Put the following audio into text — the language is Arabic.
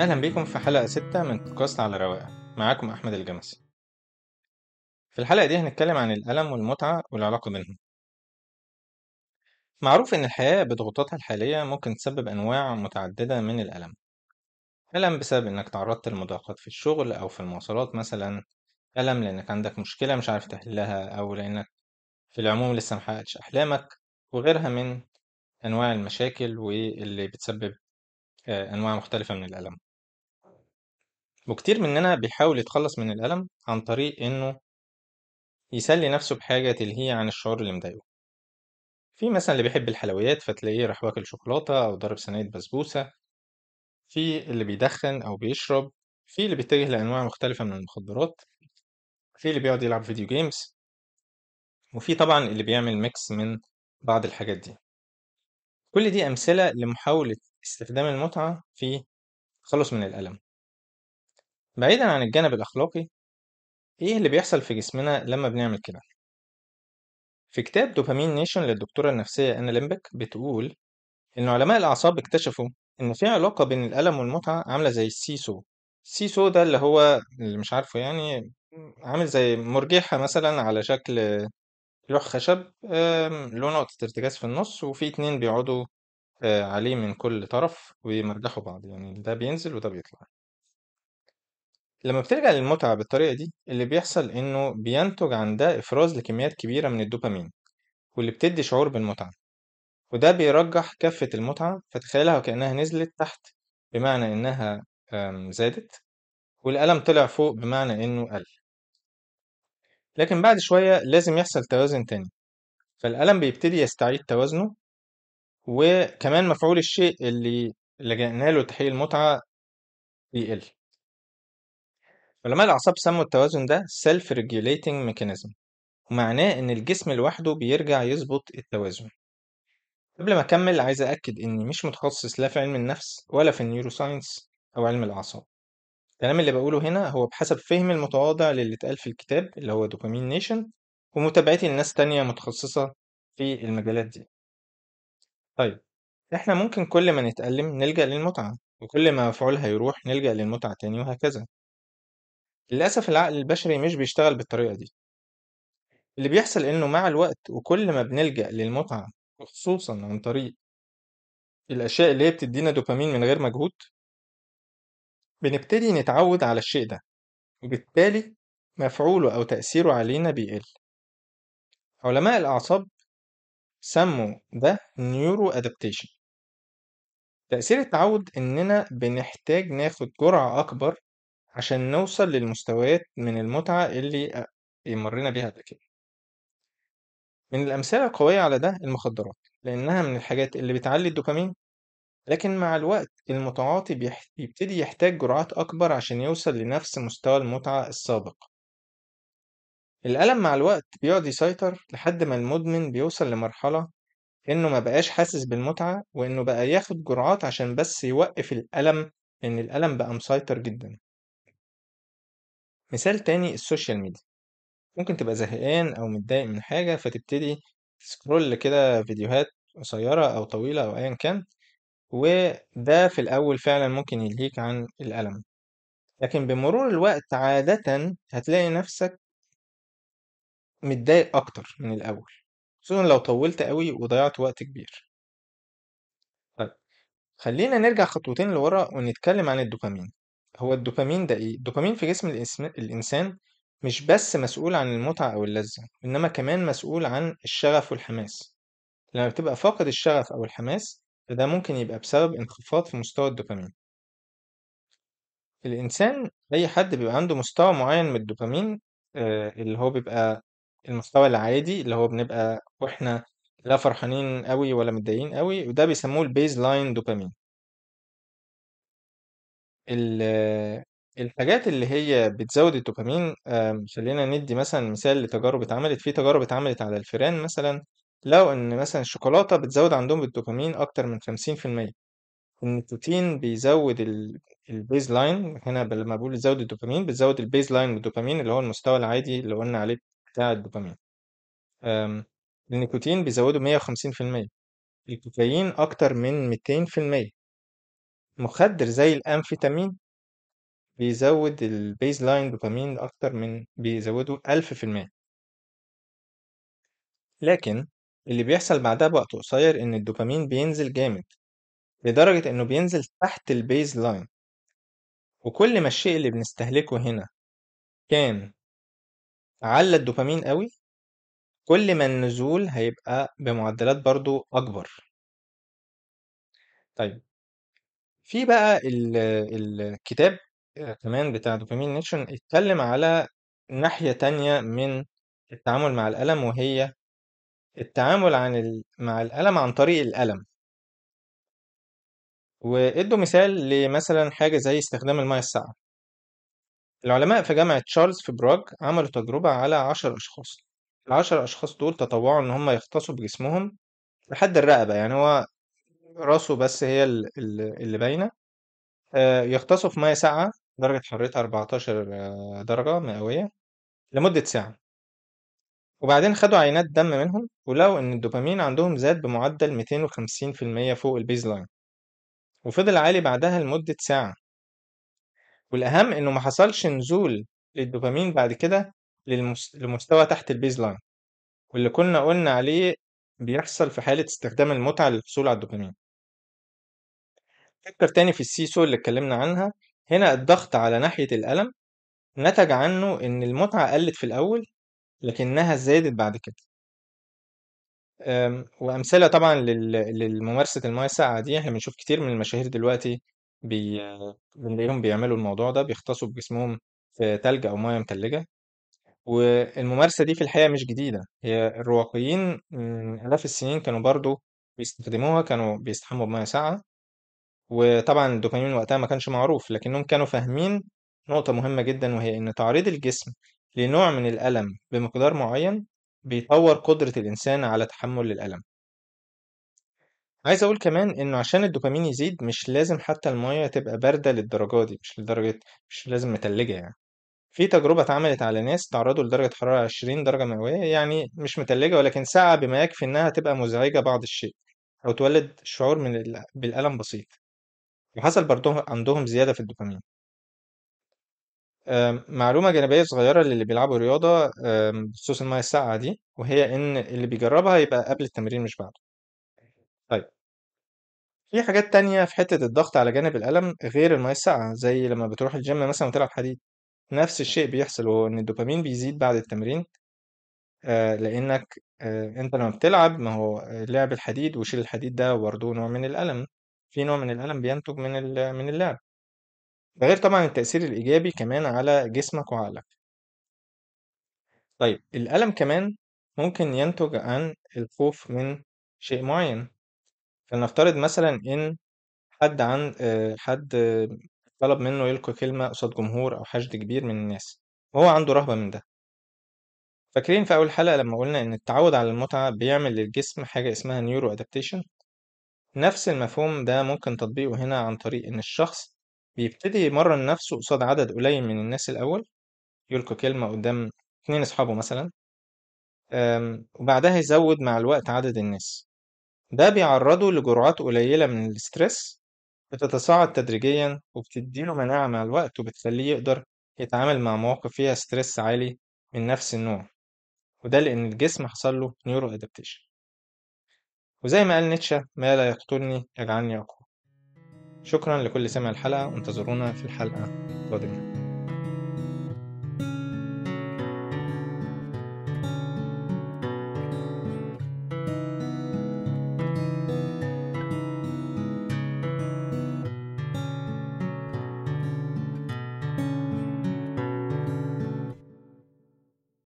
أهلا بيكم في حلقة 6 من بودكاست على رواقة. معاكم أحمد الجمسي. في الحلقة دي هنتكلم عن الألم والمتعة والعلاقة بينهم. معروف إن الحياة بضغوطاتها الحالية ممكن تسبب أنواع متعددة من الألم. ألم بسبب إنك تعرضت لمضايقات في الشغل أو في المواصلات مثلا، ألم لأنك عندك مشكلة مش عارف تحلها، أو لأنك في العموم لسه محققتش أحلامك، وغيرها من أنواع المشاكل واللي بتسبب أنواع مختلفة من الألم. وكتير مننا بيحاول يتخلص من الألم عن طريق إنه يسلي نفسه بحاجة تلهيه عن الشعور اللي مضايقه. في مثلا اللي بيحب الحلويات فتلاقيه راح واكل شوكولاتة أو ضارب صينية بسبوسة، في اللي بيدخن أو بيشرب، في اللي بيتجه لأنواع مختلفة من المخدرات، في اللي بيقعد يلعب فيديو جيمز، وفي طبعا اللي بيعمل ميكس من بعض الحاجات دي. كل دي أمثلة لمحاولة استخدام المتعة في التخلص من الألم. بعيدا عن الجانب الأخلاقي، إيه اللي بيحصل في جسمنا لما بنعمل كده؟ في كتاب دوبامين نيشن للدكتورة النفسية أنا ليمبك بتقول إن علماء الأعصاب اكتشفوا إن في علاقة بين الألم والمتعة عاملة زي السيسو. السيسو ده اللي هو اللي مش عارفه يعني، عامل زي مرجحة مثلا على شكل لوح خشب، له نقطة ارتكاز في النص، وفي اتنين بيقعدوا عليه من كل طرف ويمرجحوا بعض، يعني ده بينزل وده بيطلع. لما بترجع للمتعة بالطريقة دي، اللي بيحصل إنه بينتج عن ده إفراز لكميات كبيرة من الدوبامين، واللي بتدي شعور بالمتعة، وده بيرجح كفة المتعة، فتخيلها وكأنها نزلت تحت بمعنى إنها زادت، والألم طلع فوق بمعنى إنه قل. لكن بعد شوية لازم يحصل توازن تاني، فالألم بيبتدي يستعيد توازنه، وكمان مفعول الشيء اللي لجأنا له تحقيق المتعة بيقل. علماء الأعصاب سموا التوازن ده self regulating mechanism، ومعناه إن الجسم لوحده بيرجع يظبط التوازن. قبل ما أكمل عايز أأكد إني مش متخصص لا في علم النفس ولا في النيوروساينس أو علم الأعصاب. الكلام اللي بقوله هنا هو بحسب فهمي المتواضع للي اتقال في الكتاب اللي هو دوبامين نيشن، ومتابعتي لناس تانية متخصصة في المجالات دي. طيب، احنا ممكن كل ما نتألم نلجأ للمتعة، وكل ما مفعولها يروح نلجأ للمتعة تاني، وهكذا. للأسف العقل البشري مش بيشتغل بالطريقة دي. اللي بيحصل إنه مع الوقت وكل ما بنلجأ للمتعة، وخصوصا عن طريق الأشياء اللي هي بتدينا دوبامين من غير مجهود، بنبتدي نتعود على الشيء ده، وبالتالي مفعوله أو تأثيره علينا بيقل. علماء الأعصاب سموا ده نيورو أدابتيشن. تأثير التعود إننا بنحتاج ناخد جرعة أكبر عشان نوصل للمستويات من المتعة اللي مرينا بيها قبل كده. من الأمثلة القوية على ده المخدرات، لأنها من الحاجات اللي بتعلي الدوبامين، لكن مع الوقت المتعاطي بيبتدي يحتاج جرعات أكبر عشان يوصل لنفس مستوى المتعة السابق. الألم مع الوقت بيقعد يسيطر لحد ما المدمن بيوصل لمرحلة إنه ما بقاش حاسس بالمتعة، وإنه بقى ياخد جرعات عشان بس يوقف الألم، لأن الألم بقى مسيطر جدا. مثال تاني السوشيال ميديا. ممكن تبقى زهقان أو متضايق من حاجة فتبتدي تسكرول كده فيديوهات قصيرة أو طويلة أو أيا كان، وده في الأول فعلا ممكن يلهيك عن الألم، لكن بمرور الوقت عادة هتلاقي نفسك متضايق أكتر من الأول، خصوصا لو طولت قوي وضيعت وقت كبير. طيب، خلينا نرجع خطوتين لورا ونتكلم عن الدوبامين. هو الدوبامين ده إيه؟ الدوبامين في جسم الإنسان مش بس مسؤول عن المتعة أو اللذة، إنما كمان مسؤول عن الشغف والحماس. لما بتبقى فاقد الشغف أو الحماس، فده ممكن يبقى بسبب انخفاض في مستوى الدوبامين. الإنسان، أي حد بيبقى عنده مستوى معين من الدوبامين، اللي هو بيبقى المستوى العادي اللي هو بنبقى واحنا لا فرحانين قوي ولا متضايقين قوي، وده بيسموه البيز لاين دوبامين. الحاجات اللي هي بتزود الدوبامين، خلينا ندي مثلا مثال لتجارب اتعملت. في تجارب اتعملت على الفئران مثلا، لو ان مثلا الشوكولاتة بتزود عندهم الدوبامين اكتر من 50%. النيكوتين بيزود البيز لاين هنا، لما بقول بيزود الدوبامين بتزود البيز لاين من الدوبامين اللي هو المستوى العادي اللي قلنا عليه بتاع الدوبامين. أم، النيكوتين بيزوده 150%، الكوكايين أكتر من 200%. مخدر زي الأمفيتامين بيزود البيز لاين دوبامين أكتر من بيزوده 1000%. لكن اللي بيحصل بعدها بوقت قصير إن الدوبامين بينزل جامد لدرجة إنه بينزل تحت البيز لاين. وكل ما الشيء اللي بنستهلكه هنا كان على الدوبامين قوي، كل ما النزول هيبقى بمعدلات برضو أكبر. طيب، في بقى الكتاب كمان بتاع دوبامين نيشن اتكلم على ناحية تانية من التعامل مع الألم، وهي التعامل مع الألم عن طريق الألم. وادوا مثال لمثلا حاجة زي استخدام المياه الساقعة. العلماء في جامعة تشارلز في براغ عملوا تجربة على 10 أشخاص. ال10 أشخاص دول تطوعوا إن هم يغطسوا بجسمهم لحد الرقبة، يعني هو راسه بس هي اللي باينة. يغطسوا في مياه ساقعة درجة حرارتها 14 درجة مئوية لمدة ساعة. وبعدين خدوا عينات دم منهم ولقوا إن الدوبامين عندهم زاد بمعدل 250% فوق البيز لاين، وفضل عالي بعدها لمدة ساعة. والأهم إنه ما حصلش نزول للدوبامين بعد كده لمستوى تحت البيز لاين، واللي كنا قلنا عليه بيحصل في حالة استخدام المتعة للحصول على الدوبامين. فكر تاني في السيسو اللي اتكلمنا عنها. هنا الضغط على ناحية الألم نتج عنه إن المتعة قلت في الأول لكنها زادت بعد كده. وأمثلة طبعا للممارسة المياه الساقعة دي، احنا بنشوف كتير من المشاهير دلوقتي بنلاقيهم بيعملوا الموضوع ده، بيغطسوا بجسمهم في تلج أو مياه متلجة. والممارسة دي في الحقيقة مش جديدة، هي الرواقيين من آلاف السنين كانوا برضو بيستخدموها، كانوا بيستحموا بمياه ساقعة. وطبعا الدوبامين وقتها ما كانش معروف، لكنهم كانوا فاهمين نقطة مهمة جدا، وهي إن تعريض الجسم لنوع من الألم بمقدار معين بيطور قدرة الإنسان على تحمل الألم. عايز أقول كمان إنه عشان الدوبامين يزيد مش لازم حتى المية تبقى باردة للدرجة دي، مش لدرجة مش لازم متلجة يعني. في تجربة اتعملت على ناس تعرضوا لدرجة حرارة 20 درجة مئوية، يعني مش متلجة ولكن ساقعة بما يكفي إنها تبقى مزعجة بعض الشيء أو تولد شعور بالألم بسيط. وحصل برضه عندهم زيادة في الدوبامين. معلومة جانبية صغيرة للي بيلعبوا رياضة بخصوص المياه الساقعة دي، وهي إن اللي بيجربها يبقى قبل التمرين مش بعده. طيب، في حاجات تانية في حتة الضغط على جانب الألم غير المياه الساقعة، زي لما بتروح الجيم مثلا وتلعب حديد. نفس الشيء بيحصل، وهو إن الدوبامين بيزيد بعد التمرين. لأنك أنت لما بتلعب، ما هو لعب الحديد وشيل الحديد ده برضه نوع من الألم. في نوع من الألم بينتج من اللعب. ده غير طبعا التأثير الإيجابي كمان على جسمك وعقلك. طيب، الألم كمان ممكن ينتج عن الخوف من شيء معين. فلنفترض مثلا إن حد طلب منه يلقي كلمة قصاد جمهور أو حشد كبير من الناس، وهو عنده رهبة من ده. فاكرين في أول حلقة لما قلنا إن التعود على المتعة بيعمل للجسم حاجة اسمها نيورو أدابتيشن؟ نفس المفهوم ده ممكن تطبيقه هنا عن طريق إن الشخص بيبتدي يمرن نفسه قصاد عدد قليل من الناس الأول، يلقي كلمة قدام 2 أصحابه مثلا. وبعدها يزود مع الوقت عدد الناس. ده بيعرضه لجرعات قليلة من الاسترس بتتصاعد تدريجيا، وبتديله مناعة مع الوقت، وبتخليه يقدر يتعامل مع مواقف فيها ستريس عالي من نفس النوع. وده لأن الجسم حصل له نيورو أدابتيشن. وزي ما قال نيتشه: ما لا يقتلني يجعلني أقوى. شكرا لكل سمع الحلقة، وانتظرونا في الحلقة القادمة.